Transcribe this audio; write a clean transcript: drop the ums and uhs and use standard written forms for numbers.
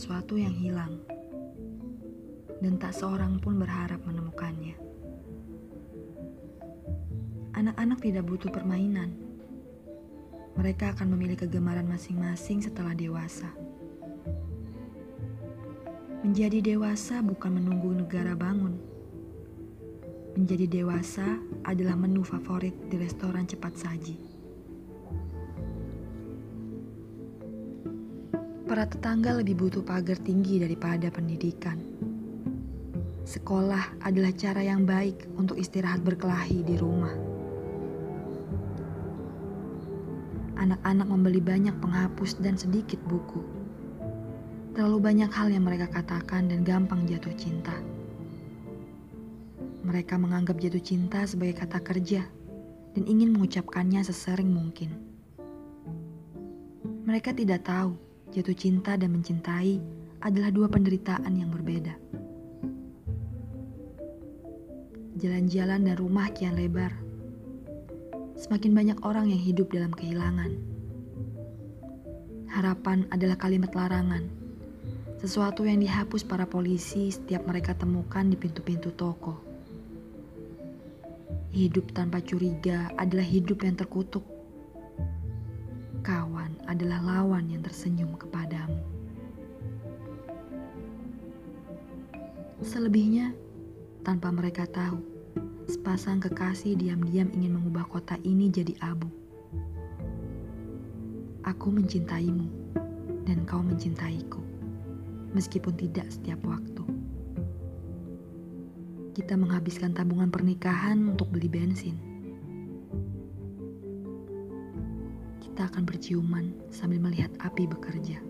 sesuatu yang hilang, dan tak seorang pun berharap menemukannya. Anak-anak tidak butuh permainan. Mereka akan memilih kegemaran masing-masing setelah dewasa. Menjadi dewasa bukan menunggu negara bangun. Menjadi dewasa adalah menu favorit di restoran cepat saji. Para tetangga lebih butuh pagar tinggi daripada pendidikan. Sekolah adalah cara yang baik untuk istirahat berkelahi di rumah. Anak-anak membeli banyak penghapus dan sedikit buku. Terlalu banyak hal yang mereka katakan dan gampang jatuh cinta. Mereka menganggap jatuh cinta sebagai kata kerja dan ingin mengucapkannya sesering mungkin. Mereka tidak tahu jatuh cinta dan mencintai adalah dua penderitaan yang berbeda. Jalan-jalan dan rumah kian lebar. Semakin banyak orang yang hidup dalam kehilangan. Harapan adalah kalimat larangan, sesuatu yang dihapus para polisi setiap mereka temukan di pintu-pintu toko. Hidup tanpa curiga adalah hidup yang terkutuk. Kawan adalah lawan yang tersenyum kepadamu. Selebihnya, tanpa mereka tahu, sepasang kekasih diam-diam ingin mengubah kota ini jadi abu. Aku mencintaimu, dan kau mencintaiku, meskipun tidak setiap waktu. Kita menghabiskan tabungan pernikahan untuk beli bensin. Kita akan berciuman sambil melihat api bekerja.